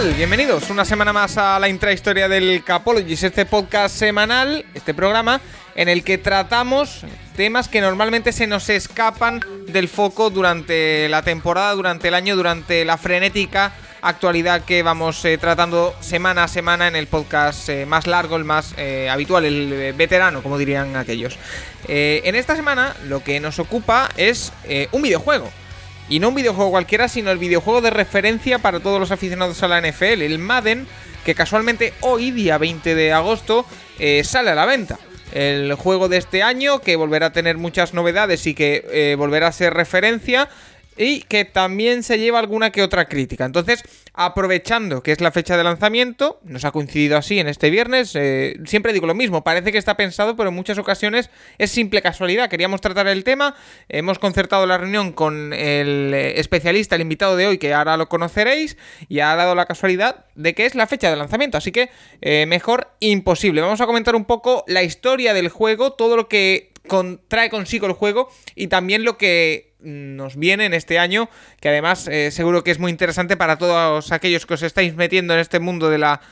tal? Bienvenidos una semana más a la intrahistoria del Capologist, este podcast semanal, este programa en el que tratamos temas que normalmente se nos escapan del foco durante la temporada, durante el año, durante la frenética actualidad que vamos tratando semana a semana en el podcast más largo, el más habitual, el veterano, como dirían aquellos. En esta semana lo que nos ocupa es un videojuego. Y no un videojuego cualquiera, sino el videojuego de referencia para todos los aficionados a la NFL, el Madden, que casualmente hoy, día 20 de agosto, sale a la venta. El juego de este año, que volverá a tener muchas novedades y que volverá a ser referencia, y que también se lleva alguna que otra crítica. Entonces, aprovechando que es la fecha de lanzamiento, nos ha coincidido así en este viernes, siempre digo lo mismo, parece que está pensado, pero en muchas ocasiones es simple casualidad. Queríamos tratar el tema, hemos concertado la reunión con el especialista, el invitado de hoy, que ahora lo conoceréis, y ha dado la casualidad de que es la fecha de lanzamiento, así que mejor imposible. Vamos a comentar un poco la historia del juego, todo lo que trae consigo el juego y también lo que nos viene en este año, que además seguro que es muy interesante para todos aquellos que os estáis metiendo en este mundo de la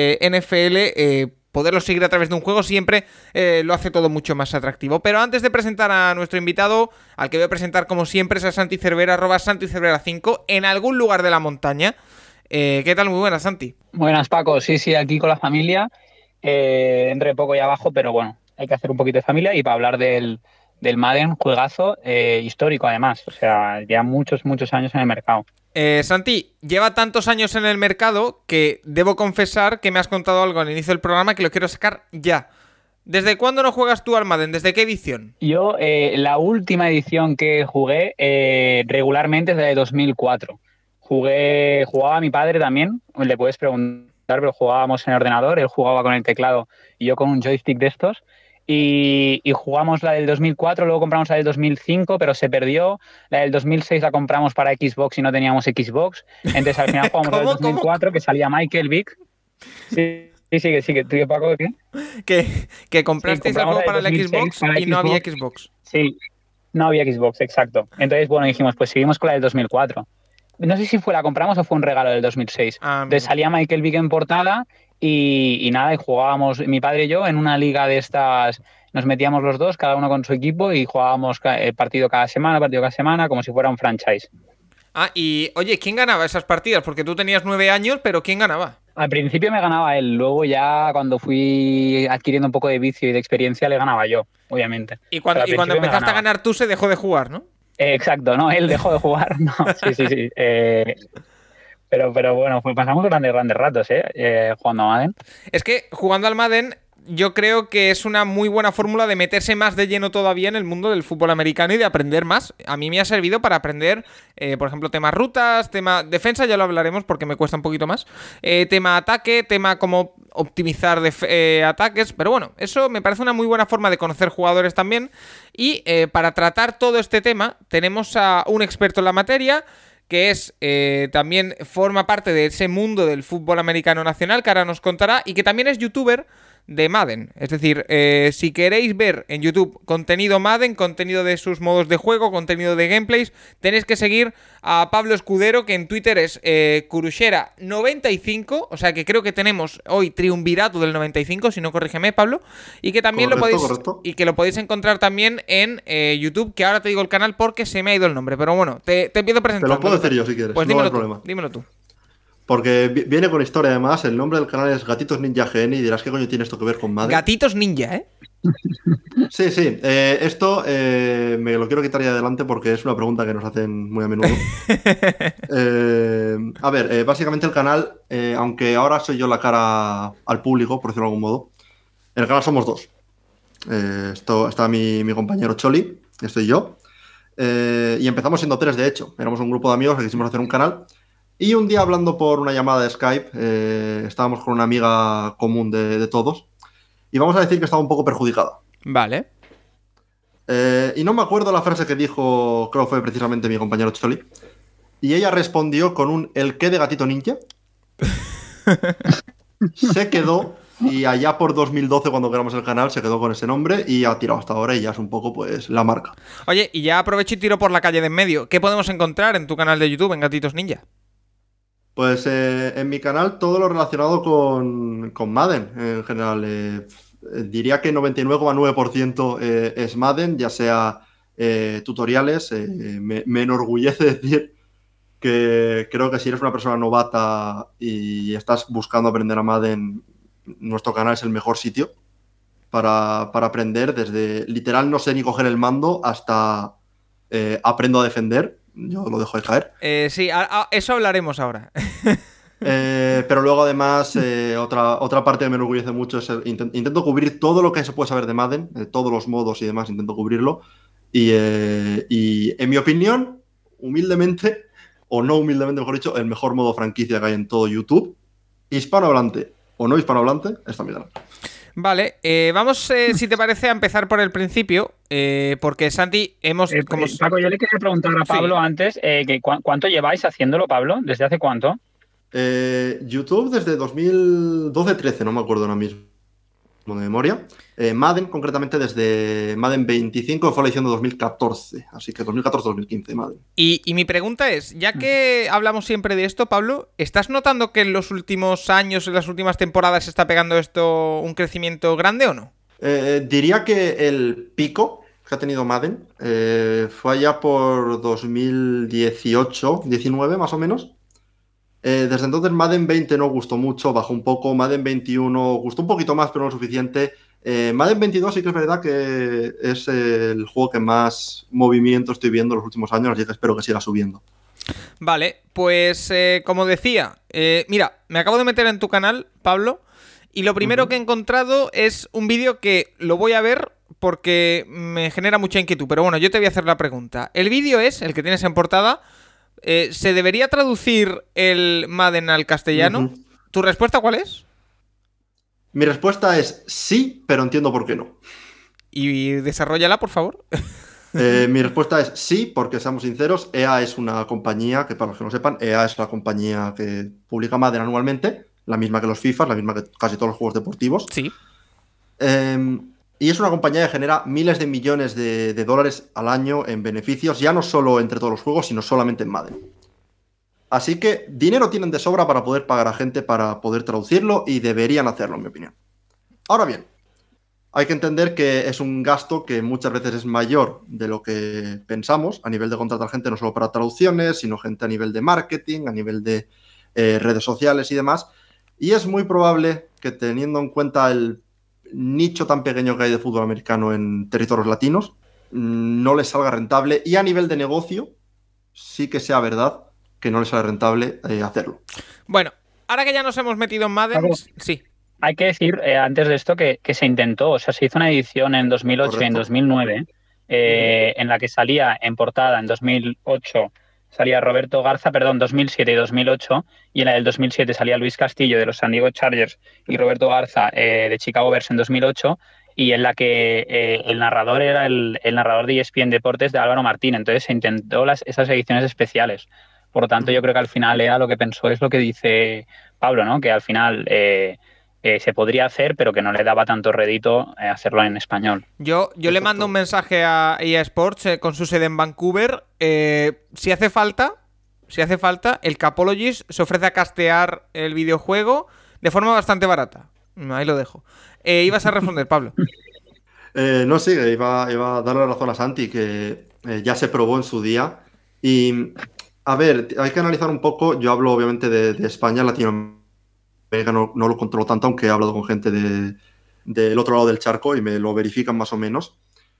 NFL. Poderlo seguir a través de un juego siempre lo hace todo mucho más atractivo. Pero antes de presentar a nuestro invitado, al que voy a presentar como siempre, es a Santi Cervera, @SantiCervera5, en algún lugar de la montaña. ¿Qué tal? Muy buenas, Santi. Buenas, Paco. Sí, aquí con la familia. Dentro de poco ya abajo, pero bueno, hay que hacer un poquito de familia y para hablar del Madden, juegazo histórico además. O sea, ya muchos años en el mercado. Santi, lleva tantos años en el mercado que debo confesar que me has contado algo al inicio del programa que lo quiero sacar ya. ¿Desde cuándo no juegas tú al Madden? ¿Desde qué edición? Yo, la última edición que jugué regularmente es de 2004. Jugaba a mi padre también, le puedes preguntar, pero jugábamos en ordenador, él jugaba con el teclado y yo con un joystick de estos. Y jugamos la del 2004, luego compramos la del 2005, pero se perdió. La del 2006 la compramos para Xbox y no teníamos Xbox. Entonces al final jugamos la del 2004, que salía Michael Vick. Sí, que Paco, ¿qué? Que comprasteis el juego para el Xbox y no había Xbox. Sí, no había Xbox, exacto. Entonces, bueno, dijimos, pues seguimos con la del 2004. No sé si la compramos o fue un regalo del 2006. Entonces salía Michael Vick en portada y nada, y jugábamos, mi padre y yo, en una liga de estas, nos metíamos los dos, cada uno con su equipo, y jugábamos partido cada semana, como si fuera un franchise. Y oye, ¿quién ganaba esas partidas? Porque tú tenías 9 años, pero ¿quién ganaba? Al principio me ganaba él, luego ya cuando fui adquiriendo un poco de vicio y de experiencia le ganaba yo, obviamente. Y cuando empezaste a ganar tú se dejó de jugar, ¿no? Exacto, no, él dejó de jugar, no, sí. Pero bueno, pues pasamos grandes ratos, jugando a Madden. Es que jugando al Madden yo creo que es una muy buena fórmula de meterse más de lleno todavía en el mundo del fútbol americano y de aprender más. A mí me ha servido para aprender, por ejemplo, tema rutas, tema defensa, ya lo hablaremos porque me cuesta un poquito más. Tema ataque, tema cómo optimizar ataques. Pero bueno, eso me parece una muy buena forma de conocer jugadores también. Y para tratar todo este tema tenemos a un experto en la materia, que es también forma parte de ese mundo del fútbol americano nacional, que ahora nos contará, y que también es youtuber de Madden. Es decir, si queréis ver en YouTube contenido Madden, contenido de sus modos de juego, contenido de gameplays, tenéis que seguir a Pablo Escudero, que en Twitter es Curuchera95, o sea que creo que tenemos hoy triunvirato del 95, si no corrígeme, Pablo, y que también correcto. Y que lo podéis encontrar también en YouTube, que ahora te digo el canal porque se me ha ido el nombre, pero bueno, te empiezo a presentar. Te lo puedo decir yo si quieres, pues no dímelo tú. Porque viene con historia además, el nombre del canal es Gatitos Ninja GN y dirás, ¿qué coño tiene esto que ver con Madden? Gatitos Ninja, ¿eh? Sí, esto me lo quiero quitar ya adelante porque es una pregunta que nos hacen muy a menudo. Básicamente el canal, aunque ahora soy yo la cara al público, por decirlo de algún modo, en el canal somos dos. Está mi compañero Choli, estoy yo, y empezamos siendo 3 de hecho. Éramos un grupo de amigos que quisimos hacer un canal. Y un día hablando por una llamada de Skype, estábamos con una amiga común de todos, y vamos a decir que estaba un poco perjudicada. Vale. Y no me acuerdo la frase que dijo, creo que fue precisamente mi compañero Choli, y ella respondió con un ¿el qué de Gatito Ninja? Se quedó, y allá por 2012 cuando creamos el canal se quedó con ese nombre y ha tirado hasta ahora y ya es un poco pues la marca. Oye, y ya aprovecho y tiro por la calle de en medio. ¿Qué podemos encontrar en tu canal de YouTube, en Gatitos Ninja? Pues en mi canal todo lo relacionado con Madden en general. Diría que 99,9% es Madden, ya sea tutoriales. Me enorgullece decir que creo que si eres una persona novata y estás buscando aprender a Madden, nuestro canal es el mejor sitio para aprender. Desde literal no sé ni coger el mando hasta aprendo a defender. Yo lo dejo de caer. Sí, eso hablaremos ahora. Pero luego además otra parte que me enorgullece mucho es intento cubrir todo lo que se puede saber de Madden, todos los modos y demás, intento cubrirlo. Y en mi opinión, humildemente, o no humildemente mejor dicho, el mejor modo franquicia que hay en todo YouTube, hispanohablante o no hispanohablante, está en mi canal. Vale, vamos, si te parece, a empezar por el principio, porque Santi, Paco, yo le quería preguntar a Pablo antes, ¿cuánto lleváis haciéndolo, Pablo? ¿Desde hace cuánto? YouTube desde 2012-13, no me acuerdo ahora mismo de memoria. Madden, concretamente, desde Madden 25, fue la edición de 2014, así que 2014-2015, Madden. Y mi pregunta es, ya que hablamos siempre de esto, Pablo, ¿estás notando que en los últimos años, en las últimas temporadas, se está pegando esto un crecimiento grande o no? Diría que el pico que ha tenido Madden fue allá por 2018-19 más o menos. Desde entonces Madden 20 no gustó mucho, bajó un poco. Madden 21 gustó un poquito más, pero no lo suficiente. Madden 22 sí que es verdad que es el juego que más movimiento estoy viendo en los últimos años, así que espero que siga subiendo. Vale, pues como decía, mira, me acabo de meter en tu canal, Pablo, y lo primero que he encontrado es un vídeo que lo voy a ver porque me genera mucha inquietud, pero bueno, yo te voy a hacer la pregunta. El vídeo es, el que tienes en portada, ¿se debería traducir el Madden al castellano? ¿Tu respuesta cuál es? Mi respuesta es sí, pero entiendo por qué no. Y desarróllala, por favor. Mi respuesta es sí, porque seamos sinceros, EA es una compañía que, para los que no sepan, EA es la compañía que publica Madden anualmente, la misma que los FIFA, la misma que casi todos los juegos deportivos. Sí. Y es una compañía que genera miles de millones de dólares al año en beneficios, ya no solo entre todos los juegos, sino solamente en Madden. Así que dinero tienen de sobra para poder pagar a gente para poder traducirlo y deberían hacerlo, en mi opinión. Ahora bien, hay que entender que es un gasto que muchas veces es mayor de lo que pensamos a nivel de contratar gente no solo para traducciones, sino gente a nivel de marketing, a nivel de redes sociales y demás. Y es muy probable que, teniendo en cuenta el nicho tan pequeño que hay de fútbol americano en territorios latinos, no les salga rentable, y a nivel de negocio sí que sea verdad que no les sale rentable hacerlo. Bueno, ahora que ya nos hemos metido en Madden, sí. Hay que decir antes de esto que se intentó, o sea, se hizo una edición en 2008 y en 2009 en la que salía en portada en 2008 salía Roberto Garza, 2007 y 2008, y en la del 2007 salía Luis Castillo de los San Diego Chargers y Roberto Garza de Chicago Bears en 2008, y en la que el narrador era el narrador de ESPN Deportes de Álvaro Martín. Entonces se intentó esas ediciones especiales. Por lo tanto, yo creo que al final EA lo que pensó es lo que dice Pablo, ¿no? Que al final se podría hacer, pero que no le daba tanto rédito hacerlo en español. Yo le mando un mensaje a EA Sports con su sede en Vancouver. Si hace falta, el Capologist se ofrece a castear el videojuego de forma bastante barata. Ahí lo dejo. Ibas a responder, Pablo. No, sí, iba a darle la razón a Santi, que ya se probó en su día. Y, a ver, hay que analizar un poco. Yo hablo obviamente de España, Latinoamérica no lo controlo tanto, aunque he hablado con gente del otro lado del charco y me lo verifican más o menos.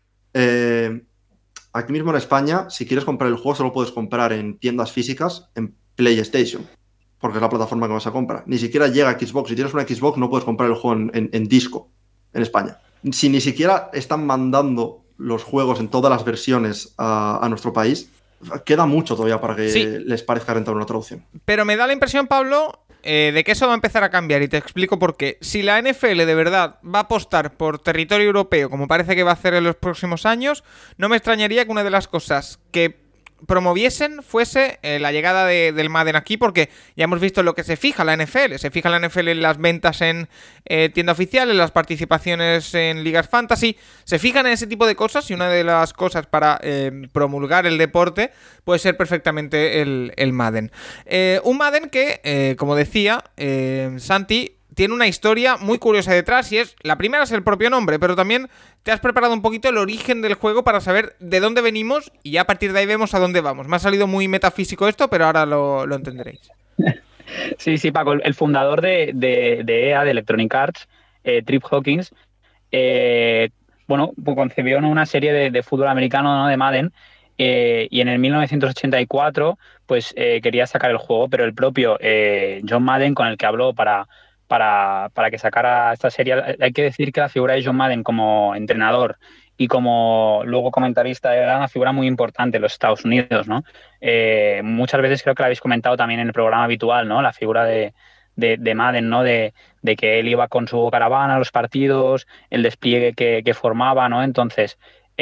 Aquí mismo en España, si quieres comprar el juego, solo puedes comprar en tiendas físicas, en PlayStation, porque es la plataforma que vas a comprar. Ni siquiera llega a Xbox. Si tienes una Xbox, no puedes comprar el juego en disco en España. Si ni siquiera están mandando los juegos en todas las versiones a nuestro país, queda mucho todavía para que les parezca rentable una traducción. Pero me da la impresión, Pablo, de que eso va a empezar a cambiar, y te explico por qué. Si la NFL de verdad va a apostar por territorio europeo, como parece que va a hacer en los próximos años, no me extrañaría que una de las cosas que promoviesen fuese la llegada del Madden aquí, porque ya hemos visto lo que se fija la NFL. Se fija la NFL en las ventas en tienda oficial, en las participaciones en ligas fantasy. Se fijan en ese tipo de cosas, y una de las cosas para promulgar el deporte puede ser perfectamente el Madden. Un Madden que, como decía Santi, tiene una historia muy curiosa detrás, y la primera es el propio nombre, pero también te has preparado un poquito el origen del juego para saber de dónde venimos, y ya a partir de ahí vemos a dónde vamos. Me ha salido muy metafísico esto, pero ahora lo entenderéis. Sí, Paco, el fundador de EA, de Electronic Arts, Trip Hawkins, concebió una serie de fútbol americano, ¿no?, de Madden, y en el 1984 pues quería sacar el juego, pero el propio John Madden, con el que habló para que sacara esta serie. Hay que decir que la figura de John Madden como entrenador y como luego comentarista era una figura muy importante en los Estados Unidos, ¿no? Muchas veces creo que la habéis comentado también en el programa habitual, ¿no? La figura de Madden, ¿no? De que él iba con su caravana a los partidos, el despliegue que formaba, ¿no? Entonces,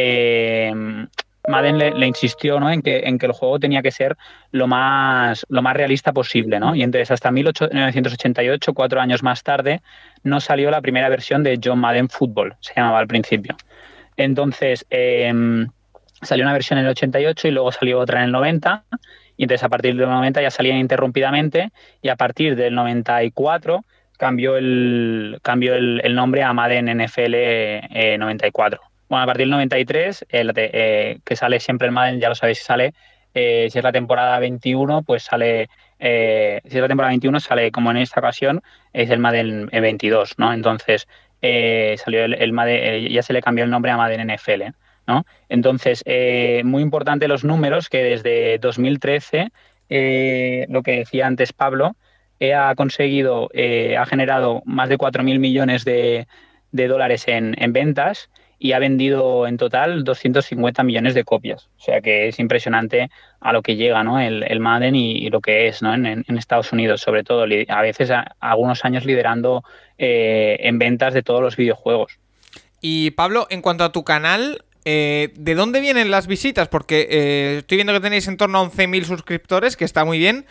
Madden le insistió, ¿no?, en que el juego tenía que ser lo más realista posible, ¿no? Y entonces hasta 1988, 4 años más tarde, no salió la primera versión de John Madden Football, se llamaba al principio. Entonces salió una versión en el 88 y luego salió otra en el 90, y entonces a partir del 90 ya salían interrumpidamente, y a partir del 94 cambió el nombre a Madden NFL 94. Bueno, a partir del 93, que sale siempre el Madden, ya lo sabéis, sale, si es la temporada 21, pues sale, si es la temporada 21, sale, como en esta ocasión, es el Madden 22, ¿no? Entonces, salió el Madden, ya se le cambió el nombre a Madden NFL, ¿no? Entonces, muy importante los números, que desde 2013, lo que decía antes Pablo, ha generado más de 4.000 millones de dólares en ventas, y ha vendido en total 250 millones de copias. O sea que es impresionante a lo que llega, ¿no?, el Madden y lo que es, ¿no?, en Estados Unidos, sobre todo, a veces algunos años liderando en ventas de todos los videojuegos. Y Pablo, en cuanto a tu canal, ¿de dónde vienen las visitas? Porque estoy viendo que tenéis en torno a 11.000 suscriptores, que está muy bien.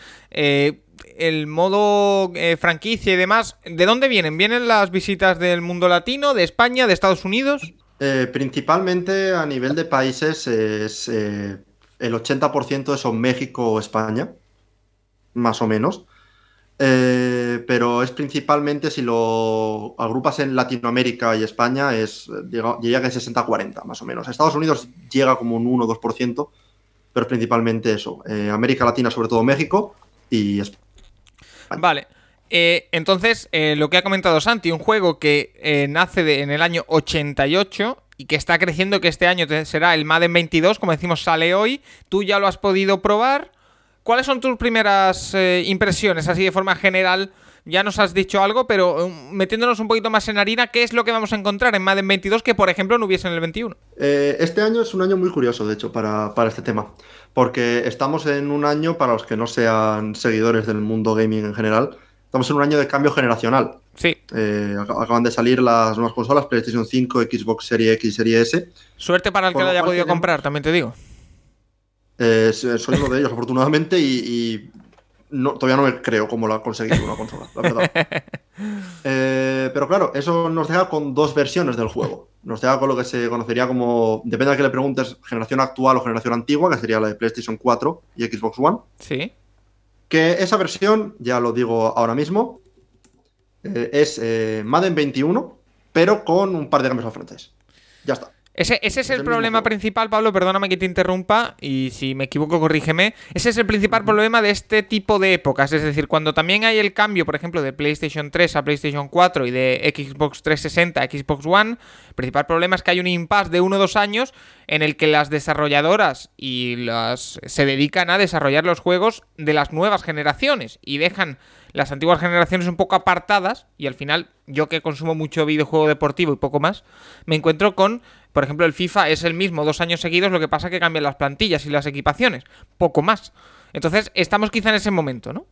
El modo franquicia y demás, ¿de dónde vienen? ¿Vienen las visitas del mundo latino, de España, de Estados Unidos? Principalmente a nivel de países es el 80% son México o España, más o menos. Pero es principalmente, si lo agrupas en Latinoamérica y España, llega que es 60-40, más o menos. Estados Unidos llega como un 1 o 2%, pero es principalmente eso. América Latina, sobre todo México y España. Vale. Entonces, lo que ha comentado Santi, un juego que nace en el año 88 y que está creciendo, que este año será el Madden 22, como decimos, sale hoy. Tú ya lo has podido probar. ¿Cuáles son tus primeras impresiones, así de forma general? Ya nos has dicho algo, pero metiéndonos un poquito más en harina, ¿qué es lo que vamos a encontrar en Madden 22 que, por ejemplo, no hubiese en el 21? Este año es un año muy curioso, de hecho, para este tema. Porque estamos en un año, para los que no sean seguidores del mundo gaming en general, estamos en un año de cambio generacional. Sí. Acaban de salir las nuevas consolas, PlayStation 5, Xbox Series X y Series S. Suerte para el que lo haya podido comprar, también te digo. Soy uno de ellos, afortunadamente, y todavía no me creo cómo lo ha conseguido una consola, la verdad. Pero claro, eso nos deja con dos versiones del juego. Nos deja con lo que se conocería como, depende de que le preguntes, generación actual o generación antigua, que sería la de PlayStation 4 y Xbox One. Sí. Que esa versión, ya lo digo ahora mismo, es Madden 21, pero con un par de cambios al frente. Ya está. Ese es el problema principal, Pablo, perdóname que te interrumpa, y si me equivoco, corrígeme. Ese es el principal problema de este tipo de épocas. Es decir, cuando también hay el cambio, por ejemplo, de PlayStation 3 a PlayStation 4 y de Xbox 360 a Xbox One, el principal problema es que hay un impasse de 1 o 2 años en el que las desarrolladoras se dedican a desarrollar los juegos de las nuevas generaciones y dejan las antiguas generaciones un poco apartadas, y al final, yo que consumo mucho videojuego deportivo y poco más, me encuentro con, por ejemplo, el FIFA es el mismo 2 años seguidos, lo que pasa es que cambian las plantillas y las equipaciones, poco más. Entonces, estamos quizá en ese momento, ¿no?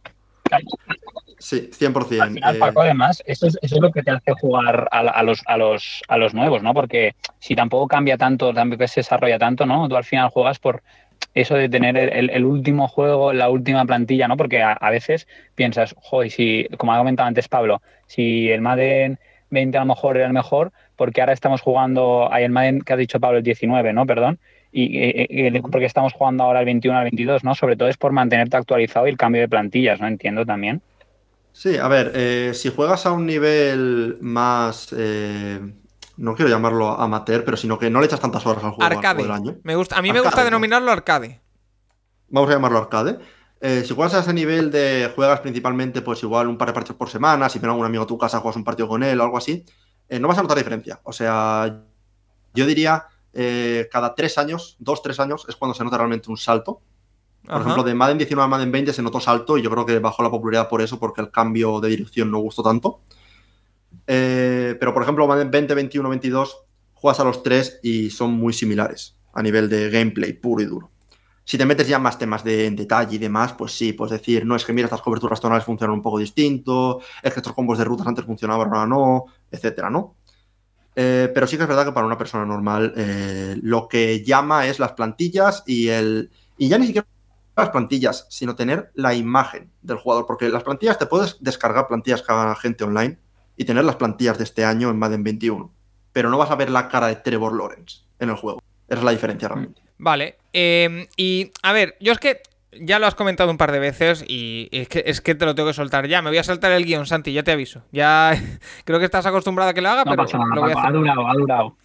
Sí, 100%. Al final, Paco, además, eso es lo que te hace jugar a los nuevos, ¿no? Porque si tampoco cambia tanto, tampoco se desarrolla tanto, ¿no? Tú al final juegas eso de tener el último juego, la última plantilla, ¿no? Porque a veces piensas, joder, si, como ha comentado antes Pablo, si el Madden 20 a lo mejor era el mejor, porque ahora estamos jugando, hay el Madden que ha dicho Pablo, el 19, ¿no? Perdón. Porque estamos jugando ahora el 21 al 22, ¿no? Sobre todo es por mantenerte actualizado y el cambio de plantillas, ¿no? Entiendo también. Sí, a ver, si juegas a un nivel más, no quiero llamarlo amateur, pero sino que no le echas tantas horas al juego a lo largo del Arcade. año. A mí me Arcade, gusta ¿no? denominarlo arcade. Vamos a llamarlo arcade. Si juegas a ese nivel de juegas principalmente, pues igual un par de partidos por semana, si viene algún amigo a tu casa, juegas un partido con él o algo así, no vas a notar diferencia. O sea, yo diría cada 3 años, 2-3 años, es cuando se nota realmente un salto. Por ejemplo, de Madden 19 a Madden 20 se notó salto y yo creo que bajó la popularidad por eso, porque el cambio de dirección no gustó tanto. Pero, por ejemplo, Madden 20, 21, 22, juegas a los 3 y son muy similares a nivel de gameplay puro y duro. Si te metes ya más temas en detalle y demás, pues sí, puedes decir, no, es que mira, estas coberturas tonales funcionan un poco distinto, es que estos combos de rutas antes funcionaban, ahora no, etcétera, ¿no? Pero sí que es verdad que para una persona normal lo que llama es las plantillas y ya ni siquiera las plantillas, sino tener la imagen del jugador, porque las plantillas te puedes descargar plantillas que haga gente online y tener las plantillas de este año en Madden 21, pero no vas a ver la cara de Trevor Lawrence en el juego. Esa es la diferencia realmente. Vale, y a ver, yo es que ya lo has comentado un par de veces y es que te lo tengo que soltar ya. Me voy a saltar el guión, Santi, ya te aviso. Ya creo que estás acostumbrado a que lo haga, No pero pasa nada, lo voy a hacer. ha durado.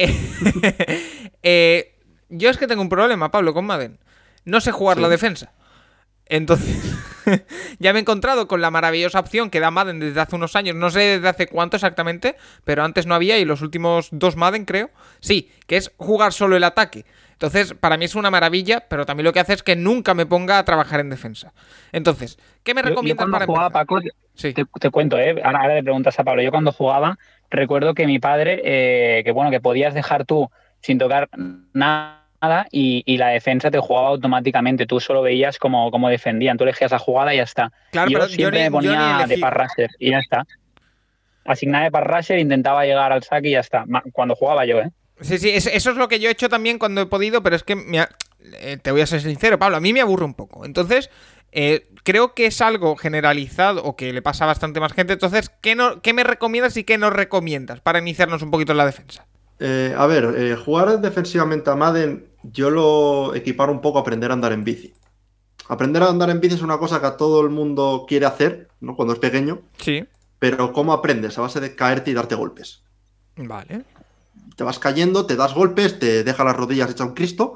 Yo es que tengo un problema, Pablo, con Madden. No sé jugar la defensa. Entonces, ya me he encontrado con la maravillosa opción que da Madden desde hace unos años. No sé desde hace cuánto exactamente, pero antes no había y los últimos 2 Madden, creo. Sí, que es jugar solo el ataque. Entonces, para mí es una maravilla, pero también lo que hace es que nunca me ponga a trabajar en defensa. Entonces, ¿qué me recomiendas yo para cuando jugaba, empezar? Paco, Sí. te cuento, ahora le preguntas a Pablo. Yo cuando jugaba, recuerdo que mi padre, que podías dejar tú sin tocar nada y la defensa te jugaba automáticamente. Tú solo veías cómo defendían. Tú elegías la jugada y ya está. Claro, Y pero yo siempre me ponía de pass rusher y ya está. Asignada de pass rusher, intentaba llegar al saque y ya está. Cuando jugaba yo, ¿eh? Sí, eso es lo que yo he hecho también cuando he podido, pero es que te voy a ser sincero, Pablo, a mí me aburre un poco. Entonces, creo que es algo generalizado o que le pasa a bastante más gente. Entonces, ¿qué me recomiendas y qué nos recomiendas para iniciarnos un poquito en la defensa? A ver, jugar defensivamente a Madden, yo lo equiparo un poco a aprender a andar en bici. Aprender a andar en bici es una cosa que a todo el mundo quiere hacer, ¿no? Cuando es pequeño. Sí. Pero ¿cómo aprendes? A base de caerte y darte golpes. Vale. Te vas cayendo, te das golpes, te deja las rodillas hechas un Cristo,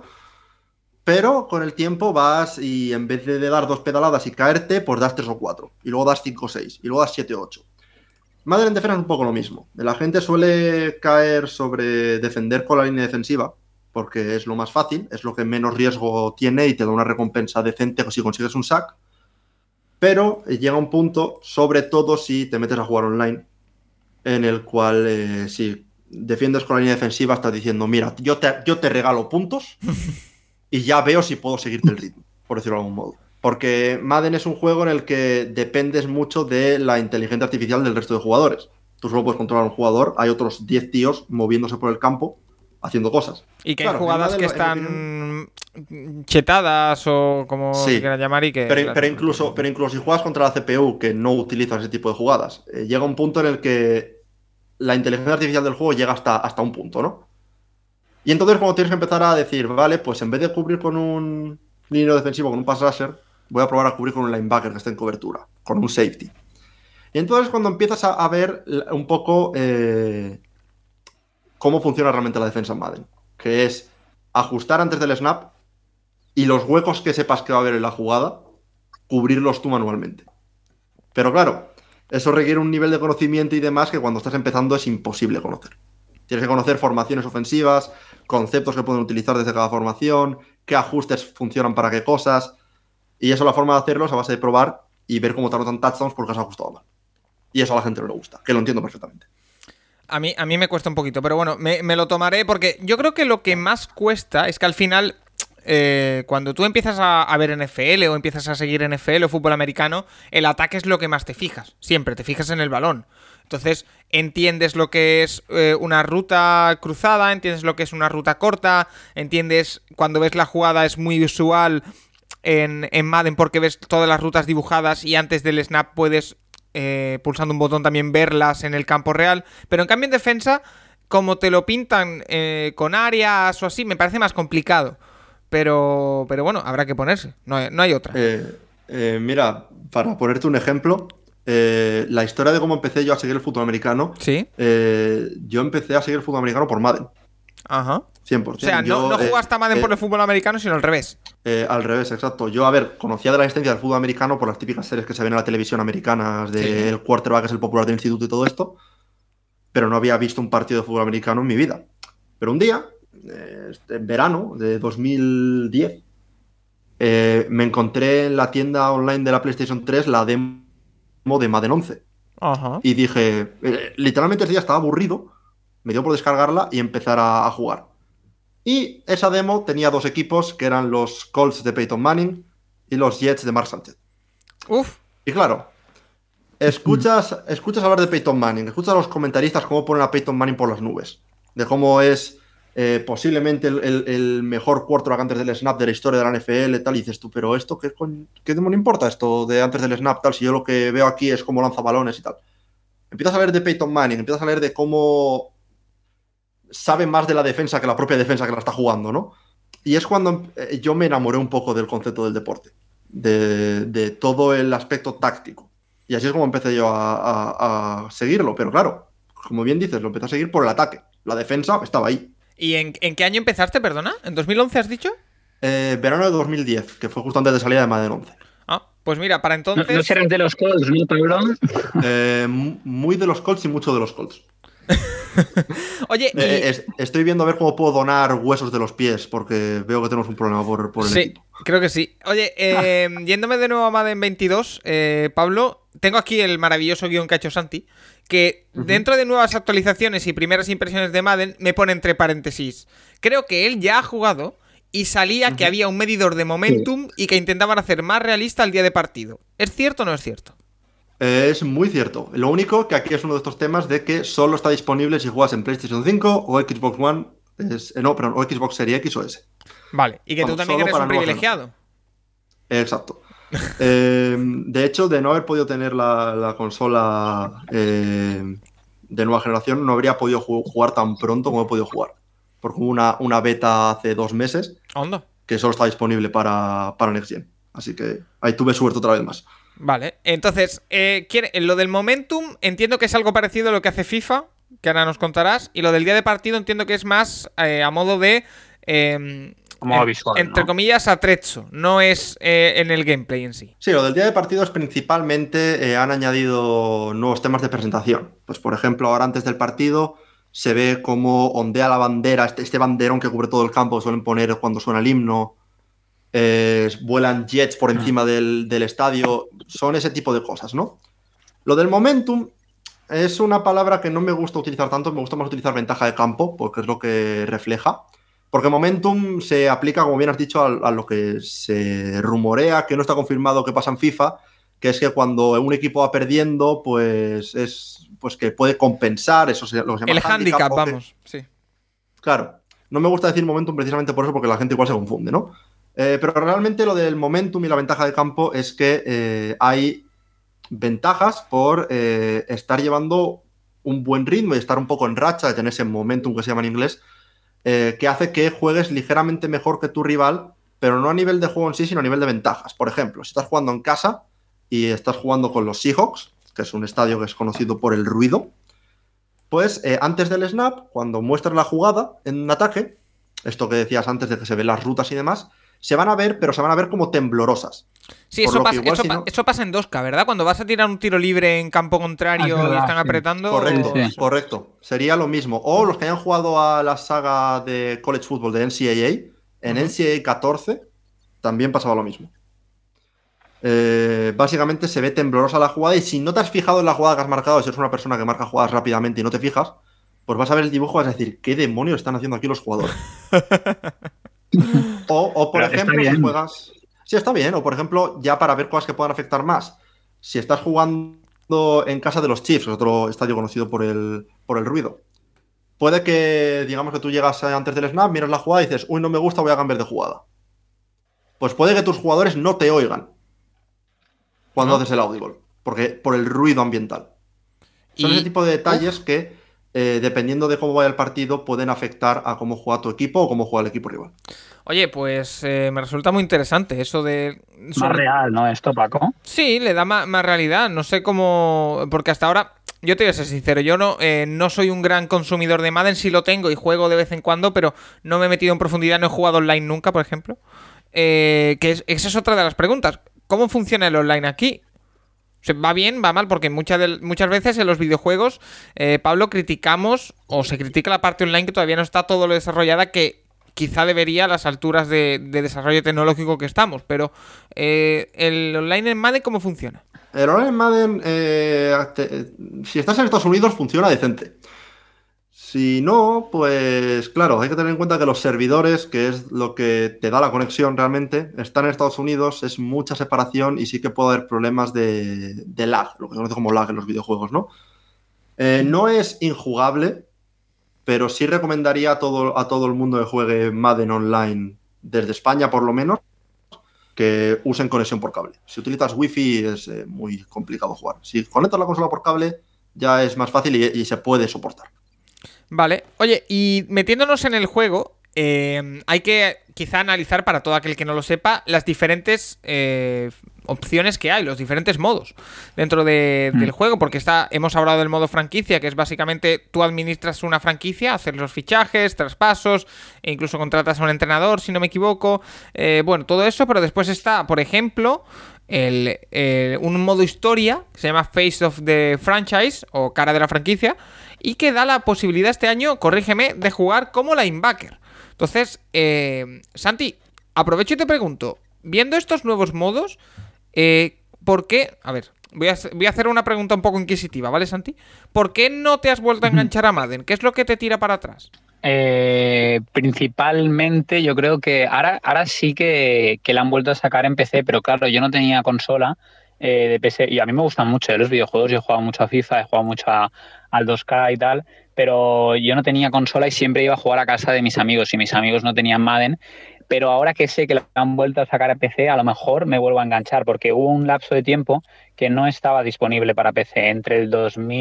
pero con el tiempo vas y en vez de dar 2 pedaladas y caerte, pues das 3 o 4, y luego das 5 o 6, y luego das 7 o 8. Madden en defensa es un poco lo mismo. La gente suele caer sobre defender con la línea defensiva, porque es lo más fácil, es lo que menos riesgo tiene y te da una recompensa decente si consigues un sack, pero llega un punto, sobre todo si te metes a jugar online, en el cual si defiendes con la línea defensiva estás diciendo, mira, yo te regalo puntos y ya veo si puedo seguirte el ritmo, por decirlo de algún modo. Porque Madden es un juego en el que dependes mucho de la inteligencia artificial del resto de jugadores. Tú solo puedes controlar a un jugador, hay otros 10 tíos moviéndose por el campo haciendo cosas. Y que hay jugadas que están chetadas o como se quieran llamar y que... Pero incluso si juegas contra la CPU, que no utilizas ese tipo de jugadas, llega un punto en el que la inteligencia artificial del juego llega hasta un punto, ¿no? Y entonces cuando tienes que empezar a decir, vale, pues en vez de cubrir con un liniero defensivo, con un pass rusher, voy a probar a cubrir con un linebacker que esté en cobertura, con un safety. Y entonces cuando empiezas a ver un poco cómo funciona realmente la defensa en Madden, que es ajustar antes del snap y los huecos que sepas que va a haber en la jugada, cubrirlos tú manualmente. Pero claro, eso requiere un nivel de conocimiento y demás que cuando estás empezando es imposible conocer. Tienes que conocer formaciones ofensivas, conceptos que pueden utilizar desde cada formación, qué ajustes funcionan para qué cosas. Y eso la forma de hacerlo es a base de probar y ver cómo te anotan touchdowns porque has ajustado mal. Y eso a la gente no le gusta, que lo entiendo perfectamente. A mí me cuesta un poquito, pero bueno, me lo tomaré porque yo creo que lo que más cuesta es que al final... cuando tú empiezas a ver NFL o empiezas a seguir NFL o fútbol americano, el ataque es lo que más te fijas. Siempre te fijas en el balón. Entonces, entiendes lo que es una ruta cruzada, entiendes lo que es una ruta corta, entiendes cuando ves la jugada es muy visual en Madden porque ves todas las rutas dibujadas y antes del snap puedes, pulsando un botón, también verlas en el campo real. Pero en cambio en defensa, como te lo pintan con áreas o así, me parece más complicado. Pero bueno, habrá que ponerse, no hay otra. Mira, para ponerte un ejemplo, la historia de cómo empecé yo a seguir el fútbol americano. ¿Sí? Yo empecé a seguir el fútbol americano por Madden. Ajá. 100%. O sea, no jugaste a Madden por el fútbol americano, sino al revés. Al revés, exacto. Yo, a ver, conocía de la existencia del fútbol americano por las típicas series que se ven en la televisión americanas del quarterback, que es el popular del instituto y todo esto, pero no había visto un partido de fútbol americano en mi vida. Pero un día, en verano de 2010, me encontré en la tienda online de la PlayStation 3 la demo de Madden 11. Ajá. Y dije, literalmente ese día estaba aburrido, me dio por descargarla y empezar a jugar. Y esa demo tenía dos equipos, que eran los Colts de Peyton Manning y los Jets de Mark Sanchez. Uf. Y claro, escuchas hablar de Peyton Manning, escuchas a los comentaristas cómo ponen a Peyton Manning por las nubes, de cómo es posiblemente el mejor quarterback antes del snap de la historia de la NFL, tal, y dices tú, pero esto, ¿qué demonio importa esto de antes del snap, tal, si yo lo que veo aquí es cómo lanza balones y tal? Empiezas a leer de Peyton Manning, empiezas a leer de cómo sabe más de la defensa que la propia defensa que la está jugando, ¿no? Y es cuando yo me enamoré un poco del concepto del deporte, de todo el aspecto táctico. Y así es como empecé yo a seguirlo. Pero claro, como bien dices, lo empecé a seguir por el ataque. La defensa estaba ahí. ¿Y en qué año empezaste, perdona? ¿En 2011 has dicho? Verano de 2010, que fue justo antes de salida de Madden 11. Ah, pues mira, para entonces... No serás de los Colts, ¿no, Pablo? Muy de los Colts y mucho de los Colts. Oye, estoy viendo a ver cómo puedo donar huesos de los pies, porque veo que tenemos un problema por el equipo. Creo que sí. Oye, yéndome de nuevo a Madden 22, Pablo, tengo aquí el maravilloso guión que ha hecho Santi, que dentro de nuevas actualizaciones y primeras impresiones de Madden me pone entre paréntesis: creo que él ya ha jugado y salía que había un medidor de momentum y que intentaban hacer más realista el día de partido. ¿Es cierto o no es cierto? Es muy cierto. Lo único que aquí es uno de estos temas de que solo está disponible si juegas en PlayStation 5 o Xbox One, o Xbox Series X o S. Vale, y que tú también eres un privilegiado. Exacto. De hecho, de no haber podido tener la consola de nueva generación, no habría podido jugar tan pronto como he podido jugar. Porque hubo una beta hace 2 meses. ¿Onda? Que solo está disponible para Next Gen. Así que ahí tuve suerte otra vez más. Vale, entonces, lo del momentum entiendo que es algo parecido a lo que hace FIFA, que ahora nos contarás, y lo del día de partido entiendo que es más a modo de... como visual, entre comillas, atrezzo, no es en el gameplay en sí. Sí, lo del día de partido es principalmente han añadido nuevos temas de presentación. Pues por ejemplo, ahora antes del partido se ve cómo ondea la bandera, este banderón que cubre todo el campo que suelen poner cuando suena el himno. Vuelan jets por encima del estadio. Son ese tipo de cosas, ¿no? Lo del momentum es una palabra que no me gusta utilizar tanto. Me gusta más utilizar ventaja de campo, porque es lo que refleja. Porque momentum se aplica, como bien has dicho, a lo que se rumorea, que no está confirmado que pasa en FIFA, que es que cuando un equipo va perdiendo, pues es pues que puede compensar, eso lo que se llama el handicap, vamos, sí. Claro, no me gusta decir momentum precisamente por eso, porque la gente igual se confunde, ¿no? Pero realmente lo del momentum y la ventaja de campo es que hay ventajas por estar llevando un buen ritmo y estar un poco en racha, de tener ese momentum que se llama en inglés, que hace que juegues ligeramente mejor que tu rival, pero no a nivel de juego en sí, sino a nivel de ventajas. Por ejemplo, si estás jugando en casa y estás jugando con los Seahawks, que es un estadio que es conocido por el ruido, pues antes del snap, cuando muestras la jugada en un ataque, esto que decías antes de que se ven las rutas y demás, se van a ver, pero se van a ver como temblorosas. Sí, eso pasa en 2K, ¿verdad? Cuando vas a tirar un tiro libre en campo contrario y están apretando. Correcto. Sería lo mismo. O los que hayan jugado a la saga de College Football de NCAA, en NCAA 14 también pasaba lo mismo. Básicamente se ve temblorosa la jugada, y si no te has fijado en la jugada que has marcado, si eres una persona que marca jugadas rápidamente y no te fijas, pues vas a ver el dibujo y vas a decir, ¿qué demonios están haciendo aquí los jugadores? O por ejemplo, si juegas... Sí, está bien. O por ejemplo, ya para ver cosas que puedan afectar más. Si estás jugando en casa de los Chiefs, otro estadio conocido por el ruido. Puede que, digamos que tú llegas antes del snap, miras la jugada y dices, uy, no me gusta, voy a cambiar de jugada. Pues puede que tus jugadores no te oigan cuando haces el audible, porque por el ruido ambiental. Son ese tipo de detalles que, dependiendo de cómo vaya el partido, pueden afectar a cómo juega tu equipo o cómo juega el equipo rival. Oye, pues me resulta muy interesante eso de... Más real, ¿no? Esto, Paco. Sí, le da más realidad. No sé cómo... Porque hasta ahora, yo te voy a ser sincero, yo no soy un gran consumidor de Madden, sí lo tengo y juego de vez en cuando, pero no me he metido en profundidad, no he jugado online nunca, por ejemplo. Esa es otra de las preguntas. ¿Cómo funciona el online aquí? O sea, ¿va bien? ¿Va mal? Porque muchas veces en los videojuegos, Pablo, criticamos o se critica la parte online que todavía no está todo lo desarrollada que quizá debería a las alturas de desarrollo tecnológico que estamos. Pero el online en Madden, ¿cómo funciona? El online en Madden, si estás en Estados Unidos, funciona decente. Si no, pues claro, hay que tener en cuenta que los servidores, que es lo que te da la conexión realmente, están en Estados Unidos, es mucha separación y sí que puede haber problemas de lag, lo que se conoce como lag en los videojuegos, ¿no? No es injugable, pero sí recomendaría a todo el mundo que juegue Madden online, desde España por lo menos, que usen conexión por cable. Si utilizas Wi-Fi es muy complicado jugar. Si conectas la consola por cable ya es más fácil y se puede soportar. Vale. Oye, y metiéndonos en el juego, hay que quizá analizar para todo aquel que no lo sepa las diferentes opciones que hay, los diferentes modos dentro del juego, porque hemos hablado del modo franquicia, que es básicamente tú administras una franquicia, hacer los fichajes, traspasos, e incluso contratas a un entrenador, si no me equivoco. Bueno, todo eso, pero después está, por ejemplo, un modo historia que se llama Face of the Franchise o cara de la franquicia, y que da la posibilidad este año, corrígeme, de jugar como linebacker. Entonces, Santi, aprovecho y te pregunto, viendo estos nuevos modos, ¿por qué? A ver, voy a hacer una pregunta un poco inquisitiva, ¿vale, Santi? ¿Por qué no te has vuelto a enganchar a Madden? ¿Qué es lo que te tira para atrás? Principalmente yo creo que ahora sí que la han vuelto a sacar en PC, pero claro, yo no tenía consola de PC y a mí me gustan mucho los videojuegos, yo he jugado mucho a FIFA, he jugado mucho al 2K y tal, pero yo no tenía consola y siempre iba a jugar a casa de mis amigos y mis amigos no tenían Madden. Pero ahora que sé que la han vuelto a sacar a PC, a lo mejor me vuelvo a enganchar, porque hubo un lapso de tiempo que no estaba disponible para PC. Entre el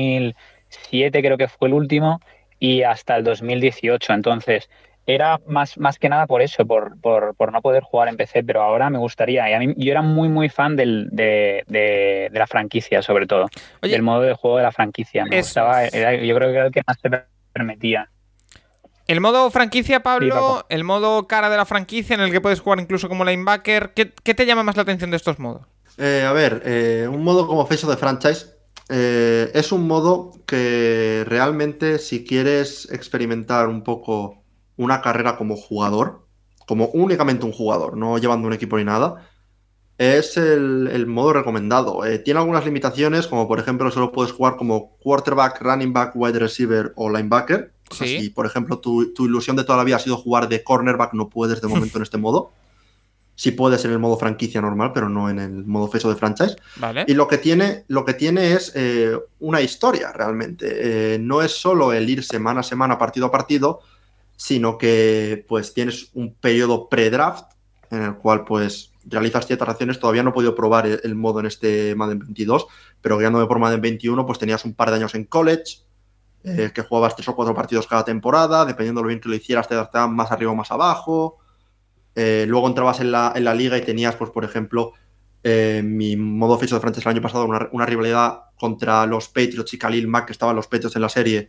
2007 creo que fue el último y hasta el 2018. Entonces, era más que nada por eso, por no poder jugar en PC, pero ahora me gustaría. Y a mí, yo era muy fan de la franquicia, sobre todo. Oye, del modo de juego de la franquicia. Me gustaba, yo creo que era el que más te permitía. El modo franquicia, Pablo, Sí, el modo cara de la franquicia en el que puedes jugar incluso como linebacker, ¿qué te llama más la atención de estos modos? Un modo como Face of the Franchise es un modo que realmente, si quieres experimentar un poco una carrera como jugador, como únicamente un jugador, no llevando un equipo ni nada, es el modo recomendado. Tiene algunas limitaciones, como por ejemplo solo puedes jugar como quarterback, running back, wide receiver o linebacker. O sea, si por ejemplo tu ilusión de toda la vida ha sido jugar de cornerback, no puedes de momento en este modo. Sí puedes en el modo franquicia normal, pero no en el modo Face of the Franchise. Vale. Y lo que tiene es una historia realmente. No es solo el ir semana a semana, partido a partido, sino que pues tienes un periodo pre-draft en el cual pues realizas ciertas acciones. Todavía no he podido probar el modo en este Madden 22, pero guiándome por Madden 21 pues tenías un par de años en college, que jugabas 3 o 4 partidos cada temporada, dependiendo de lo bien que lo hicieras te daban más arriba o más abajo. Luego entrabas en la liga y tenías, pues por ejemplo, mi modo Face of the Franchise el año pasado, una rivalidad contra los Patriots y Khalil Mack, que estaban los Patriots en la serie.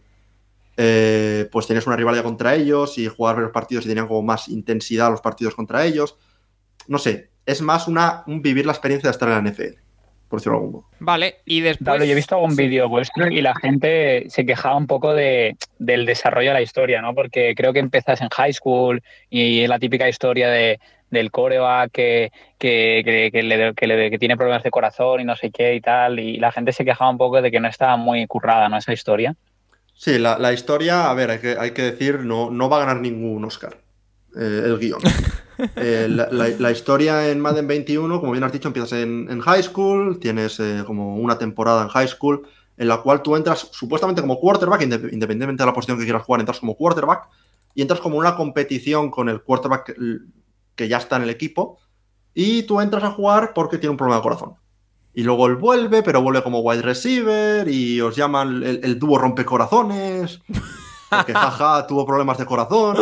Pues tenías una rivalidad contra ellos y jugar varios partidos y tenían como más intensidad los partidos contra ellos. No sé, es más un vivir la experiencia de estar en la NFL, por decirlo de algún modo. Vale, y después... Pablo, yo he visto algún vídeo vuestro y la gente se quejaba un poco del desarrollo de la historia, ¿no? Porque creo que empiezas en high school y es la típica historia del quarterback que tiene problemas de corazón y no sé qué y tal, y la gente se quejaba un poco de que no estaba muy currada, ¿no? Esa historia. Sí, la historia, a ver, hay que decir, no va a ganar ningún Oscar. el guión. La historia en Madden 21, como bien has dicho, empiezas en high school, tienes como una temporada en high school en la cual tú entras supuestamente como quarterback, independientemente de la posición que quieras jugar, entras como quarterback y entras como una competición con el quarterback que ya está en el equipo y tú entras a jugar porque tiene un problema de corazón. Y luego él vuelve, pero vuelve como wide receiver y os llaman el dúo rompecorazones porque jaja, tuvo problemas de corazón.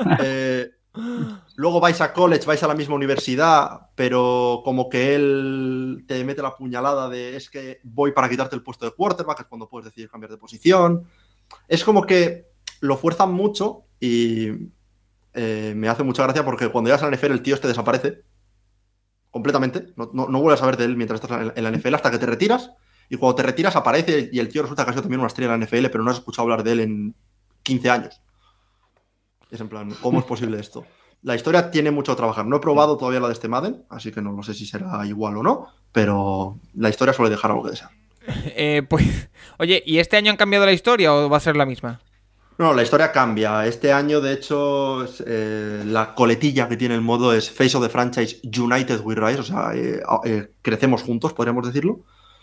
Luego vais a college, vais a la misma universidad, pero como que él te mete la puñalada de es que voy para quitarte el puesto de quarterback, es cuando puedes decidir cambiar de posición. Es como que lo fuerzan mucho y me hace mucha gracia porque cuando llegas a la NFL el tío este desaparece completamente. No vuelves a ver de él mientras estás en la NFL hasta que te retiras. Y cuando te retiras aparece y el tío resulta que ha sido también una estrella en la NFL, pero no has escuchado hablar de él en 15 años. Es en plan, ¿cómo es posible esto? La historia tiene mucho a trabajar. No he probado todavía la de este Madden, así que no sé si será igual o no, pero la historia suele dejar algo que desear. Pues, oye, ¿y este año han cambiado la historia o va a ser la misma? No, la historia cambia. Este año, de hecho, la coletilla que tiene el modo es Face of the Franchise United We Rise, o sea, crecemos juntos, podríamos decirlo.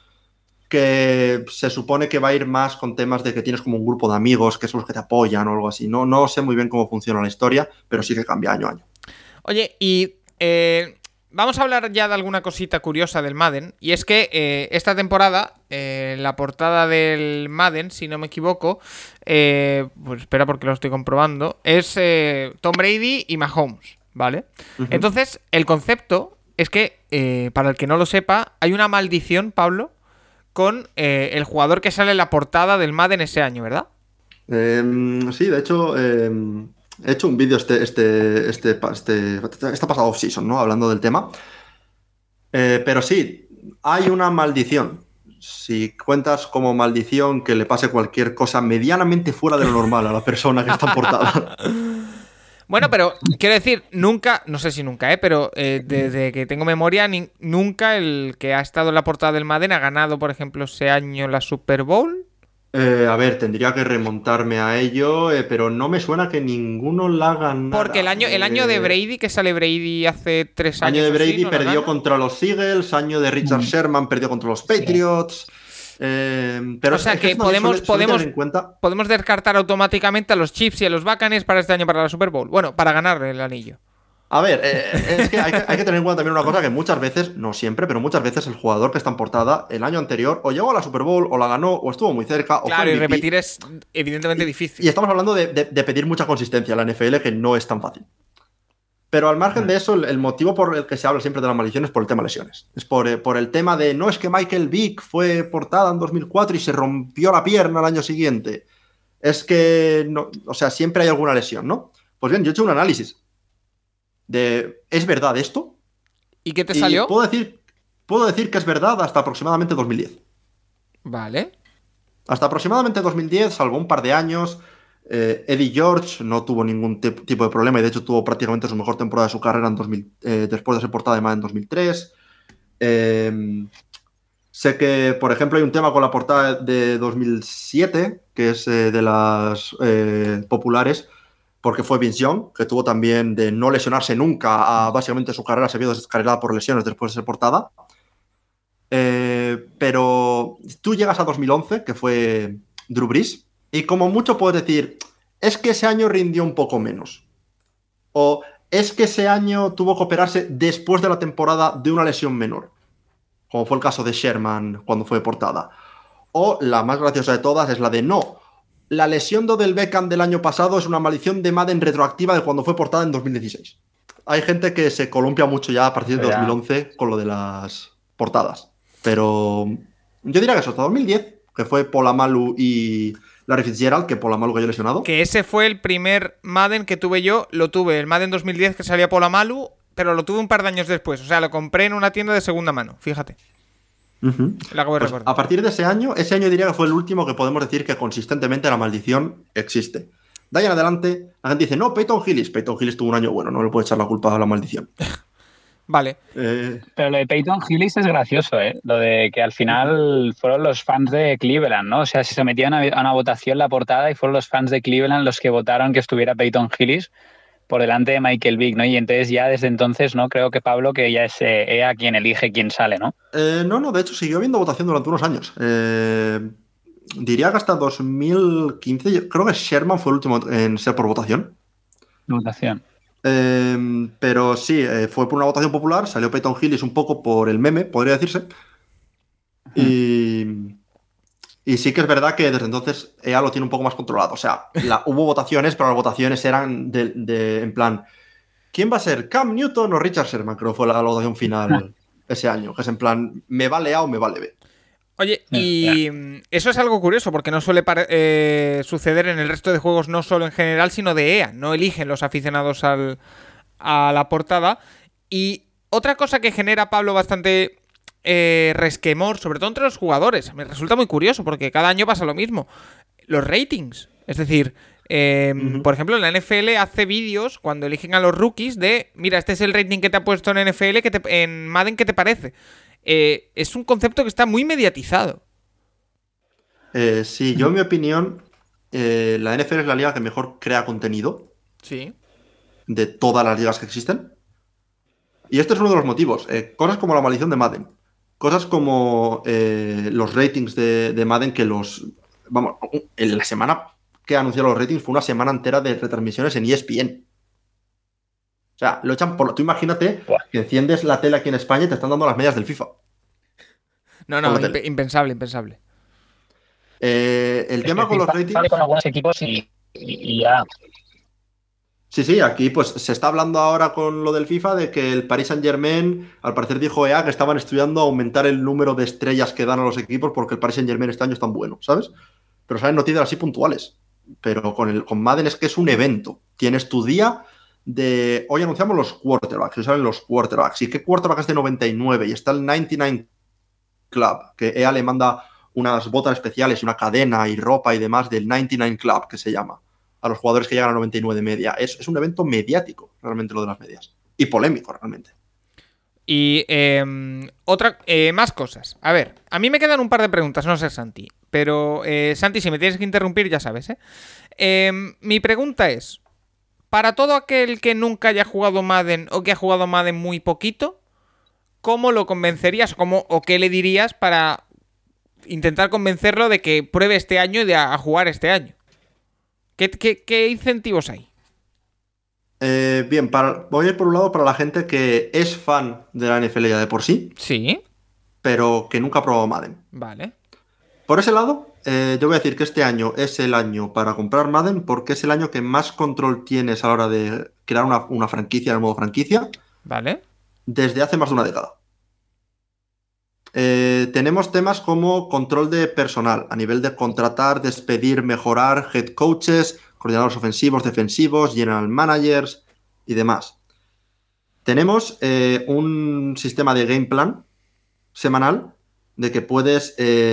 Que se supone que va a ir más con temas de que tienes como un grupo de amigos que son los que te apoyan o algo así. No sé muy bien cómo funciona la historia, pero sí que cambia año a año. Oye, y vamos a hablar ya de alguna cosita curiosa del Madden. Y es que esta temporada, la portada del Madden, si no me equivoco, pues espera porque lo estoy comprobando, es Tom Brady y Mahomes, ¿vale? Uh-huh. Entonces, el concepto es que, para el que no lo sepa, hay una maldición, Pablo, con el jugador que sale en la portada del Madden ese año, ¿verdad? Sí, de hecho, he hecho un vídeo esta pasada off-season, ¿no? Hablando del tema. Pero sí, hay una maldición. Si cuentas como maldición que le pase cualquier cosa medianamente fuera de lo normal a la persona que está en portada. Bueno, pero quiero decir, nunca, no sé si nunca, pero desde que tengo memoria, nunca el que ha estado en la portada del Madden ha ganado, por ejemplo, ese año la Super Bowl. A ver, tendría que remontarme a ello, pero no me suena que ninguno la ganara. Porque el año de Brady, que sale Brady hace 3 años. Año de Brady perdió contra los Eagles, año de Richard Sherman perdió contra los Patriots. Pero o sea que podemos descartar automáticamente a los Chiefs y a los Buccaneers para este año para la Super Bowl. Bueno, para ganar el anillo. A ver, es que hay que tener en cuenta también una cosa que muchas veces, no siempre, pero muchas veces el jugador que está en portada el año anterior o llegó a la Super Bowl o la ganó o estuvo muy cerca. Claro, o y repetir es evidentemente difícil. Y estamos hablando de pedir mucha consistencia en la NFL, que no es tan fácil. Pero al margen de eso, el motivo por el que se habla siempre de la maldición es por el tema lesiones. Es por el tema de, no es que Michael Vick fue portada en 2004 y se rompió la pierna al año siguiente. Es que, no, o sea, siempre hay alguna lesión, ¿no? Pues bien, yo he hecho un análisis de, ¿es verdad esto? ¿Y qué te salió? Puedo decir que es verdad hasta aproximadamente 2010. Vale. Hasta aproximadamente 2010, salvo un par de años, Eddie George no tuvo ningún tipo de problema y de hecho tuvo prácticamente su mejor temporada de su carrera en después de ser portada de Madden en 2003. Sé que, por ejemplo, hay un tema con la portada de 2007, que es de las populares, porque fue Vince Young, que tuvo también de no lesionarse nunca, básicamente su carrera se vio descarrilada por lesiones después de ser portada. Pero tú llegas a 2011, que fue Drew Brees, y como mucho puedes decir, es que ese año rindió un poco menos. O es que ese año tuvo que operarse después de la temporada de una lesión menor, como fue el caso de Sherman cuando fue portada. O la más graciosa de todas es la de no. La lesión de Odell Beckham del año pasado es una maldición de Madden retroactiva de cuando fue portada en 2016. Hay gente que se columpia mucho ya a partir de 2011 con lo de las portadas. Pero yo diría que eso, hasta 2010, que fue Polamalu y Larry Fitzgerald, que Polamalu cayó lesionado. Que ese fue el primer Madden que tuve yo. Lo tuve el Madden 2010 que salía Polamalu, pero lo tuve un par de años después. O sea, lo compré en una tienda de segunda mano, fíjate. Uh-huh. Pues a partir de ese año diría que fue el último que podemos decir que consistentemente la maldición existe. De ahí en adelante, la gente dice, no, Peyton Hillis tuvo un año bueno, no le puede echar la culpa a la maldición. Vale. Pero lo de Peyton Hillis es gracioso, ¿eh? Lo de que al final fueron los fans de Cleveland, ¿no? O sea, se sometían a una votación la portada y fueron los fans de Cleveland los que votaron que estuviera Peyton Hillis. por delante de Michael Vick, ¿no? Y entonces ya desde entonces, ¿no? Creo que Pablo, que ya es EA quien elige quién sale, ¿no? No, de hecho siguió habiendo votación durante unos años. Diría que hasta 2015, creo que Sherman fue el último en ser por votación. Votación. Pero sí, fue por una votación popular, salió Peyton Hillis un poco por el meme, podría decirse. Y sí que es verdad que desde entonces EA lo tiene un poco más controlado. O sea, hubo votaciones, pero las votaciones eran en plan, ¿quién va a ser? ¿Cam Newton o Richard Sherman? Creo que fue la votación final ese año, que es en plan, ¿me vale A o me vale B? Oye, y eso es algo curioso porque no suele suceder en el resto de juegos, no solo en general, sino de EA. No eligen los aficionados a la portada. Y otra cosa que genera, Pablo, bastante resquemor, sobre todo entre los jugadores, me resulta muy curioso porque cada año pasa lo mismo. Los ratings. Es decir, por ejemplo, la NFL hace vídeos cuando eligen a los rookies de, mira, este es el rating que te ha puesto en NFL, en Madden, ¿qué te parece? Es un concepto que está muy mediatizado. Sí, yo en mi opinión, la NFL es la liga que mejor crea contenido. Sí. De todas las ligas que existen. Y este es uno de los motivos. Cosas como la maldición de Madden. Cosas como los ratings de Madden que Vamos, en la semana que anunciaron los ratings fue una semana entera de retransmisiones en ESPN. O sea, lo echan por... Tú imagínate que enciendes la tele aquí en España y te están dando las medias del FIFA. No, impensable. El tema con los ratings... Sale con algunos equipos y ya... Sí, aquí pues se está hablando ahora con lo del FIFA de que el Paris Saint-Germain, al parecer dijo EA que estaban estudiando aumentar el número de estrellas que dan a los equipos porque el Paris Saint-Germain este año es tan bueno, ¿sabes? Pero salen noticias así puntuales. Pero con Madden es que es un evento. Tienes tu día de... Hoy anunciamos los quarterbacks, y salen los quarterbacks. ¿Y qué quarterback es de 99? Y está el 99 Club, que EA le manda unas botas especiales y una cadena y ropa y demás del 99 Club, que se llama, a los jugadores que llegan a 99 de media. Es un evento mediático, realmente, lo de las medias. Y polémico, realmente. Y más cosas. A ver, a mí me quedan un par de preguntas, no sé, Santi. Pero, Santi, si me tienes que interrumpir, ya sabes, ¿eh? Mi pregunta es, para todo aquel que nunca haya jugado Madden o que ha jugado Madden muy poquito, ¿cómo lo convencerías o qué le dirías para intentar convencerlo de que pruebe este año y de a jugar este año? ¿Qué incentivos hay? Bien, voy a ir por un lado para la gente que es fan de la NFL ya de por sí. Sí. Pero que nunca ha probado Madden. Vale. Por ese lado, yo voy a decir que este año es el año para comprar Madden porque es el año que más control tienes a la hora de crear una franquicia en el modo franquicia. Vale. Desde hace más de una década. Tenemos temas como control de personal, a nivel de contratar, despedir, mejorar, head coaches, coordinadores ofensivos, defensivos, general managers y demás. Tenemos un sistema de game plan semanal de que puedes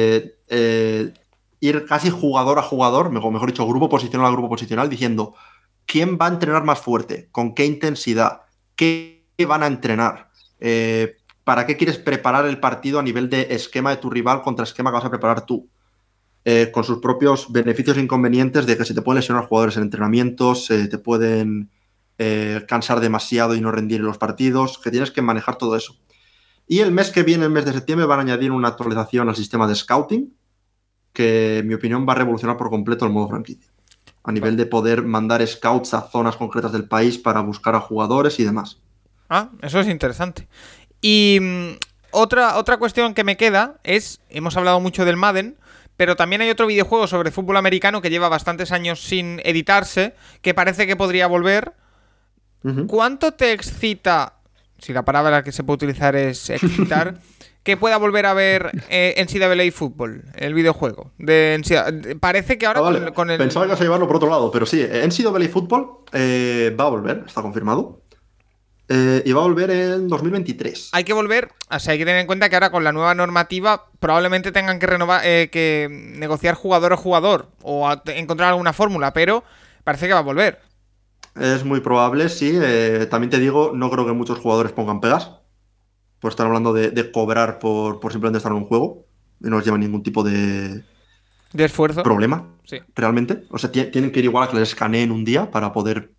ir casi jugador a jugador, mejor dicho, grupo posicional a grupo posicional, diciendo quién va a entrenar más fuerte, con qué intensidad, qué van a entrenar, ¿para qué quieres preparar el partido a nivel de esquema de tu rival contra esquema que vas a preparar tú? Con sus propios beneficios e inconvenientes de que se te pueden lesionar jugadores en entrenamientos, te pueden cansar demasiado y no rendir en los partidos, que tienes que manejar todo eso. Y el mes que viene, el mes de septiembre, van a añadir una actualización al sistema de scouting, que en mi opinión va a revolucionar por completo el modo franquicia. A nivel de poder mandar scouts a zonas concretas del país para buscar a jugadores y demás. Ah, eso es interesante. Y otra cuestión que me queda es, hemos hablado mucho del Madden, pero también hay otro videojuego sobre fútbol americano que lleva bastantes años sin editarse, que parece que podría volver. ¿Cuánto te excita, si la palabra que se puede utilizar es excitar, que pueda volver a ver NCAA Fútbol, el videojuego? Parece que ahora con el... Pensaba que ibas a llevarlo por otro lado, pero sí, NCAA Fútbol va a volver, está confirmado. Y va a volver en 2023. Hay que volver, o sea, hay que tener en cuenta que ahora con la nueva normativa probablemente tengan que renovar, que negociar jugador a jugador o encontrar alguna fórmula, pero parece que va a volver. Es muy probable, sí. También te digo, no creo que muchos jugadores pongan pegas. Pues están hablando de cobrar por simplemente estar en un juego y no les lleva ningún tipo de esfuerzo. Problema, sí. Realmente. O sea, tienen que ir igual a que les escaneen un día para poder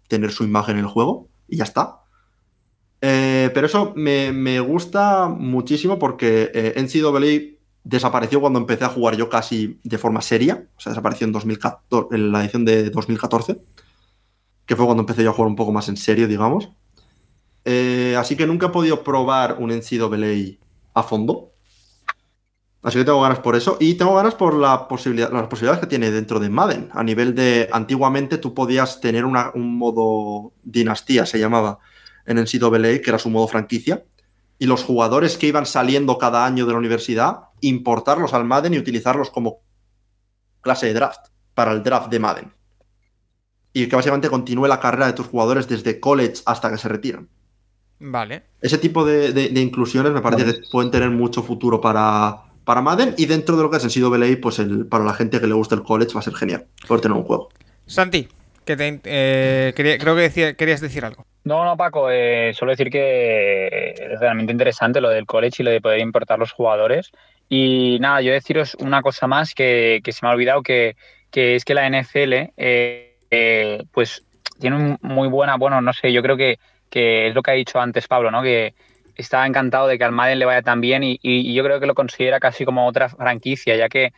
tener su imagen en el juego y ya está. Pero eso me gusta muchísimo porque NCAA desapareció cuando empecé a jugar yo casi de forma seria. O sea, desapareció en 2014, en la edición de 2014, que fue cuando empecé yo a jugar un poco más en serio, digamos. Así que nunca he podido probar un NCAA a fondo. Así que tengo ganas por eso. Y tengo ganas por las posibilidades que tiene dentro de Madden. A nivel de... Antiguamente tú podías tener un modo dinastía, se llamaba, en NCAA, que era su modo franquicia. Y los jugadores que iban saliendo cada año de la universidad, importarlos al Madden y utilizarlos como clase de draft, para el draft de Madden. Y que básicamente continúe la carrera de tus jugadores desde college hasta que se retiran. Vale. Ese tipo de inclusiones me parece que pueden tener mucho futuro para Madden, y dentro de lo que es NCAA, pues para la gente que le gusta el college va a ser genial poder tener un juego. Santi, creo que querías decir algo. No, Paco, solo decir que es realmente interesante lo del college y lo de poder importar los jugadores. Y nada, yo deciros una cosa más que se me ha olvidado, que es que la NFL pues tiene muy buena, bueno, no sé, yo creo que es lo que ha dicho antes Pablo, ¿no? Que está encantado de que al Madden le vaya tan bien y yo creo que lo considera casi como otra franquicia, ya que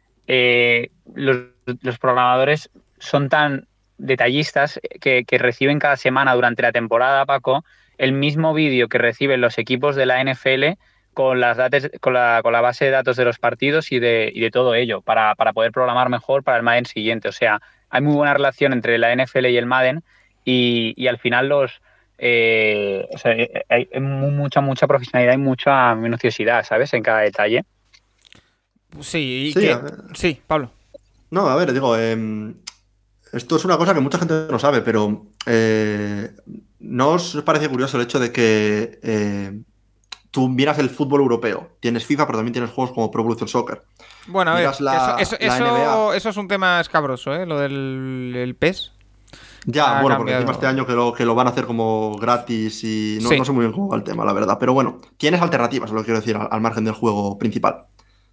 los programadores son tan detallistas que reciben cada semana durante la temporada, Paco, el mismo vídeo que reciben los equipos de la NFL con las con la base de datos de los partidos y de todo ello, para poder programar mejor para el Madden siguiente. O sea, hay muy buena relación entre la NFL y el Madden y al final o sea, hay mucha profesionalidad y mucha minuciosidad, ¿sabes? En cada detalle. Sí, sí, Pablo. No, a ver, digo, esto es una cosa que mucha gente no sabe, pero ¿no os parece curioso el hecho de que tú miras el fútbol europeo? Tienes FIFA, pero también tienes juegos como Pro Evolution Soccer. Bueno, a ver, NBA. Eso es un tema escabroso, ¿eh? Lo del PES. Ya, bueno, porque encima este año que lo van a hacer como gratis y no sé muy bien cómo va el tema, la verdad. Pero bueno, tienes alternativas, es lo que quiero decir, al margen del juego principal.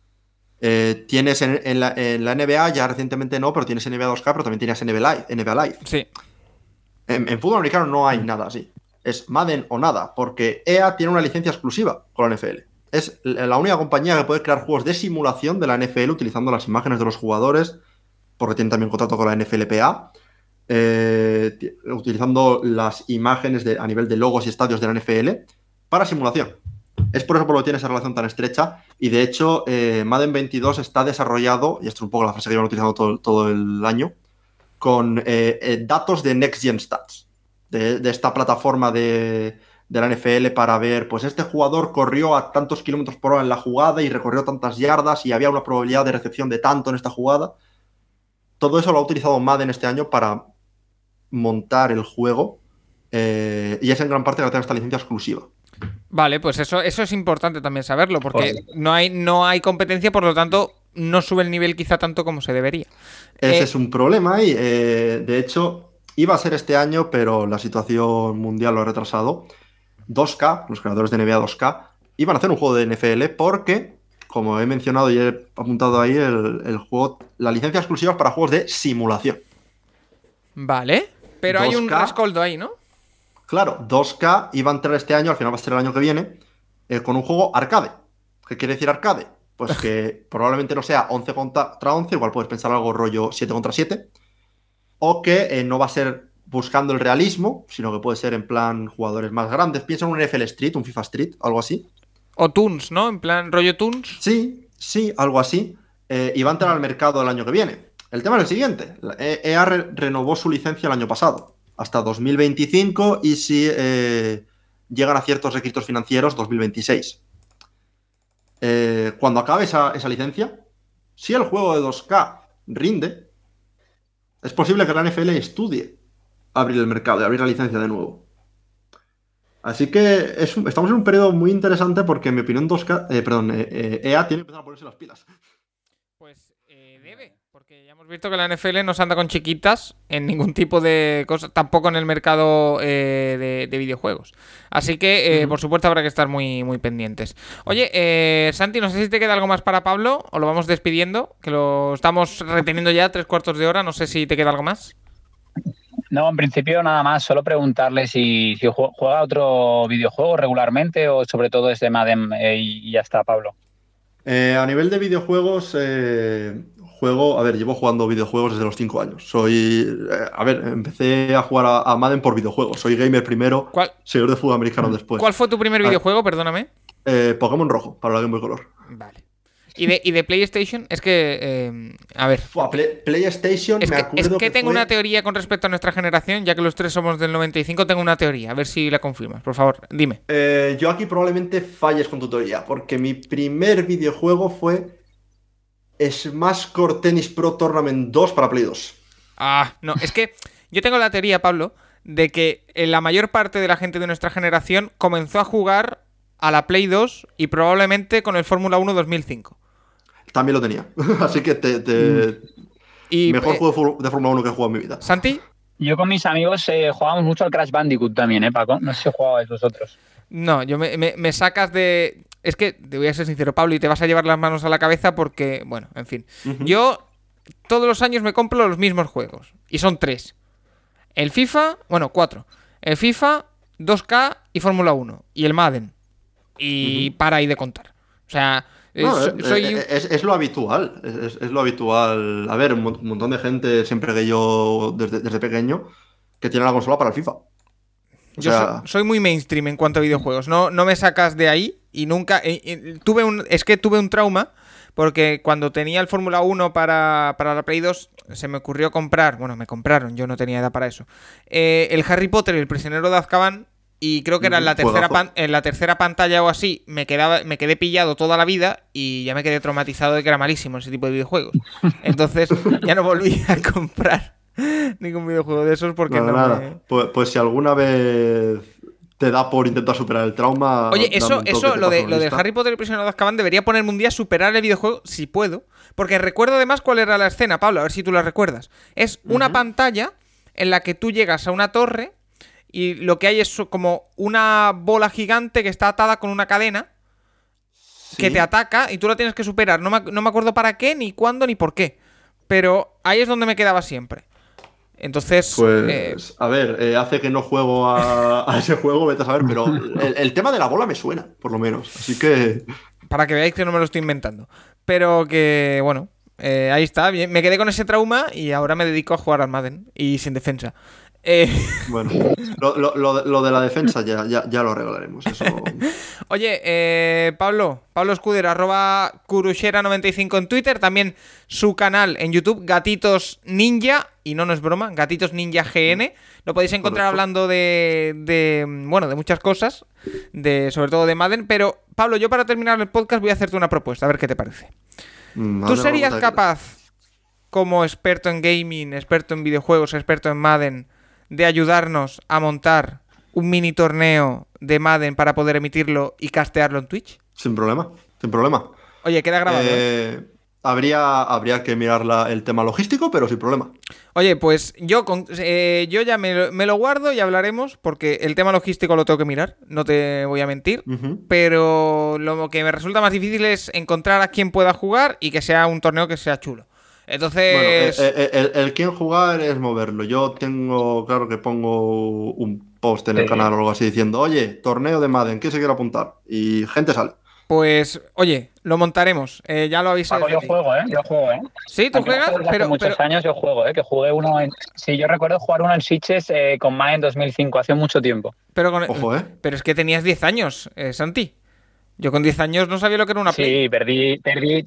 Tienes en la NBA, ya recientemente no, pero tienes NBA 2K, pero también tienes NBA Live. Sí. En fútbol americano no hay nada así. Es Madden o nada, porque EA tiene una licencia exclusiva con la NFL. Es la única compañía que puede crear juegos de simulación de la NFL utilizando las imágenes de los jugadores, porque tiene también contrato con la NFLPA, utilizando las imágenes a nivel de logos y estadios de la NFL para simulación. Es por eso por lo que tiene esa relación tan estrecha. Y de hecho, Madden 22 está desarrollado, y esto es un poco la frase que llevan utilizando todo el año, con datos de Next Gen Stats, de esta plataforma de la NFL para ver, pues este jugador corrió a tantos kilómetros por hora en la jugada y recorrió tantas yardas y había una probabilidad de recepción de tanto en esta jugada. Todo eso lo ha utilizado Madden este año para montar el juego, y es en gran parte gracias a esta licencia exclusiva. Vale, pues eso es importante también saberlo, porque no hay competencia, por lo tanto no sube el nivel quizá tanto como se debería. Ese es un problema y de hecho iba a ser este año, pero la situación mundial lo ha retrasado. 2K, los creadores de NBA 2K, iban a hacer un juego de NFL porque, como he mencionado y he apuntado ahí, el juego, la licencia exclusiva es para juegos de simulación. Vale, pero 2K, hay un rescoldo ahí, ¿no? Claro, 2K iba a entrar este año, al final va a ser el año que viene, con un juego arcade. ¿Qué quiere decir arcade? Pues que probablemente no sea 11 contra 11, igual puedes pensar algo rollo 7 contra 7, o que no va a ser buscando el realismo, sino que puede ser en plan jugadores más grandes. Piensa en un NFL Street, un FIFA Street, algo así. O Toons, ¿no? En plan rollo Toons. Sí, algo así. Y va a entrar al mercado el año que viene. El tema es el siguiente. EA renovó su licencia el año pasado, hasta 2025, y si llegan a ciertos requisitos financieros, 2026. Cuando acabe esa licencia, si el juego de 2K rinde, es posible que la NFL estudie abrir el mercado y abrir la licencia de nuevo. Así que estamos en un periodo muy interesante porque, en mi opinión, EA tiene que empezar a ponerse las pilas. Pues debe, porque ya hemos visto que la NFL no se anda con chiquitas en ningún tipo de cosa, tampoco en el mercado de videojuegos. Así que, por supuesto, habrá que estar muy, muy pendientes. Oye, Santi, no sé si te queda algo más para Pablo o lo vamos despidiendo, que lo estamos reteniendo ya 3/4 de hora. No sé si te queda algo más. No, en principio nada más, solo preguntarle si juega otro videojuego regularmente o sobre todo es de Madden y ya está, Pablo. A nivel de videojuegos, llevo jugando videojuegos desde los 5 años. Empecé a jugar a Madden por videojuegos. Soy gamer primero, seguidor de fútbol americano después. ¿Cuál fue tu primer videojuego? Perdóname. Pokémon Rojo, para la Game Boy Color. Vale. ¿Y de PlayStation? Es que, a ver. PlayStation, me acuerdo que tengo una teoría con respecto a nuestra generación, ya que los tres somos del 95, tengo una teoría, a ver si la confirmas, por favor, dime. Yo aquí probablemente falles con tu teoría, porque mi primer videojuego fue Smash Core Tennis Pro Tournament 2 para Play 2. No, es que yo tengo la teoría, Pablo, de que la mayor parte de la gente de nuestra generación comenzó a jugar a la Play 2 y probablemente con el Fórmula 1 2005. También lo tenía. Así que mejor juego de Fórmula 1 que he jugado en mi vida. ¿Santi? Yo con mis amigos jugábamos mucho al Crash Bandicoot también, Paco? No sé si jugabais vosotros. No, yo me sacas de... Es que te voy a ser sincero, Pablo, y te vas a llevar las manos a la cabeza porque, bueno, en fin. Uh-huh. Yo todos los años me compro los mismos juegos. Y son 3. El FIFA, 4. El FIFA, 2K y Fórmula 1. Y el Madden. Y para ahí de contar. O sea... Es lo habitual. Es lo habitual. A ver, un montón de gente, siempre que yo, desde pequeño, que tiene la consola para el FIFA. Soy muy mainstream en cuanto a videojuegos. No me sacas de ahí y nunca... tuve un trauma porque cuando tenía el Fórmula 1 para la Play 2 se me ocurrió comprar... Bueno, me compraron, yo no tenía edad para eso. El Harry Potter, el prisionero de Azkaban. Y creo que era en la tercera pantalla o así, me quedé pillado toda la vida y ya me quedé traumatizado de que era malísimo ese tipo de videojuegos. Entonces ya no volví a comprar ningún videojuego de esos porque no. Pues si alguna vez te da por intentar superar el trauma... Oye, lo de Harry Potter y el prisionero de Azkaban debería ponerme un día a superar el videojuego si puedo. Porque recuerdo además cuál era la escena, Pablo, a ver si tú la recuerdas. Es una pantalla en la que tú llegas a una torre... Y lo que hay es como una bola gigante que está atada con una cadena que te ataca y tú la tienes que superar. No me acuerdo para qué, ni cuándo, ni por qué. Pero ahí es donde me quedaba siempre. Entonces... Pues, hace que no juego a ese juego, vete a saber, pero el tema de la bola me suena, por lo menos. Así que... Para que veáis que no me lo estoy inventando. Pero que, bueno, ahí está. Bien. Me quedé con ese trauma y ahora me dedico a jugar al Madden y sin defensa. Bueno, lo de la defensa ya lo arreglaremos. Eso... Oye, Pablo Escudero, @Kurushera95 en Twitter, también su canal en YouTube, Gatitos Ninja, y no es broma, Gatitos Ninja GN. Lo podéis encontrar hablando de muchas cosas, sobre todo de Madden. Pero, Pablo, yo para terminar el podcast voy a hacerte una propuesta, a ver qué te parece. ¿Tú serías capaz, como experto en gaming, experto en videojuegos, experto en Madden, de ayudarnos a montar un mini torneo de Madden para poder emitirlo y castearlo en Twitch? Sin problema. Oye, queda grabado. Habría que mirar el tema logístico, pero sin problema. Oye, pues yo ya me lo guardo y hablaremos, porque el tema logístico lo tengo que mirar, no te voy a mentir. Uh-huh. Pero lo que me resulta más difícil es encontrar a quien pueda jugar y que sea un torneo que sea chulo. Entonces... Bueno, el quién jugar es moverlo. Yo tengo, claro que pongo un post en el canal o algo así diciendo, oye, torneo de Madden, ¿quién se quiere apuntar? Y gente sale. Pues, oye, lo montaremos. Ya lo aviso. Yo juego, Sí, tú juegas, pero... Hace muchos años yo juego, que jugué uno Sí, yo recuerdo jugar uno en Switches con Madden 2005, hace mucho tiempo. Ojo, Pero es que tenías 10 años, Santi. Yo con 10 años no sabía lo que era una Play. Sí, perdí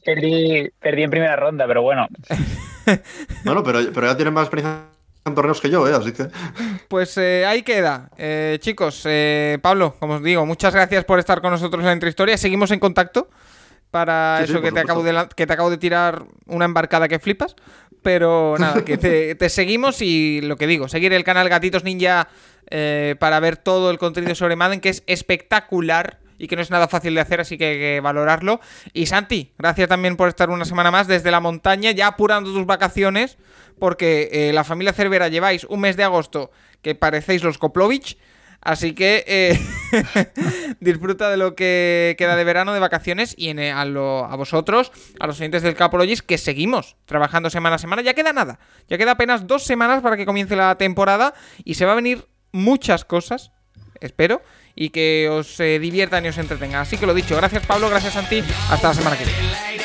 en primera ronda, pero bueno. Bueno, pero ya tienes más experiencia en torneos que yo, así que... Pues ahí queda. Chicos, Pablo, como os digo, muchas gracias por estar con nosotros en la Intrahistoria. Seguimos en contacto para eso que te acabo de tirar una embarcada que flipas. Pero nada, que te seguimos y lo que digo, seguir el canal Gatitos Ninja para ver todo el contenido sobre Madden, que es espectacular y que no es nada fácil de hacer, así que hay que valorarlo. Y Santi, gracias también por estar una semana más desde la montaña, ya apurando tus vacaciones, porque la familia Cervera lleváis un mes de agosto que parecéis los Koplovich, Así que disfruta de lo que queda de verano, de vacaciones, y a vosotros, a los oyentes del Capologist, que seguimos trabajando semana a semana. Ya queda nada, ya queda apenas 2 semanas para que comience la temporada y se va a venir muchas cosas, espero, y que os diviertan y os entretengan. Así que lo dicho, gracias Pablo, gracias Santi, hasta la semana que viene.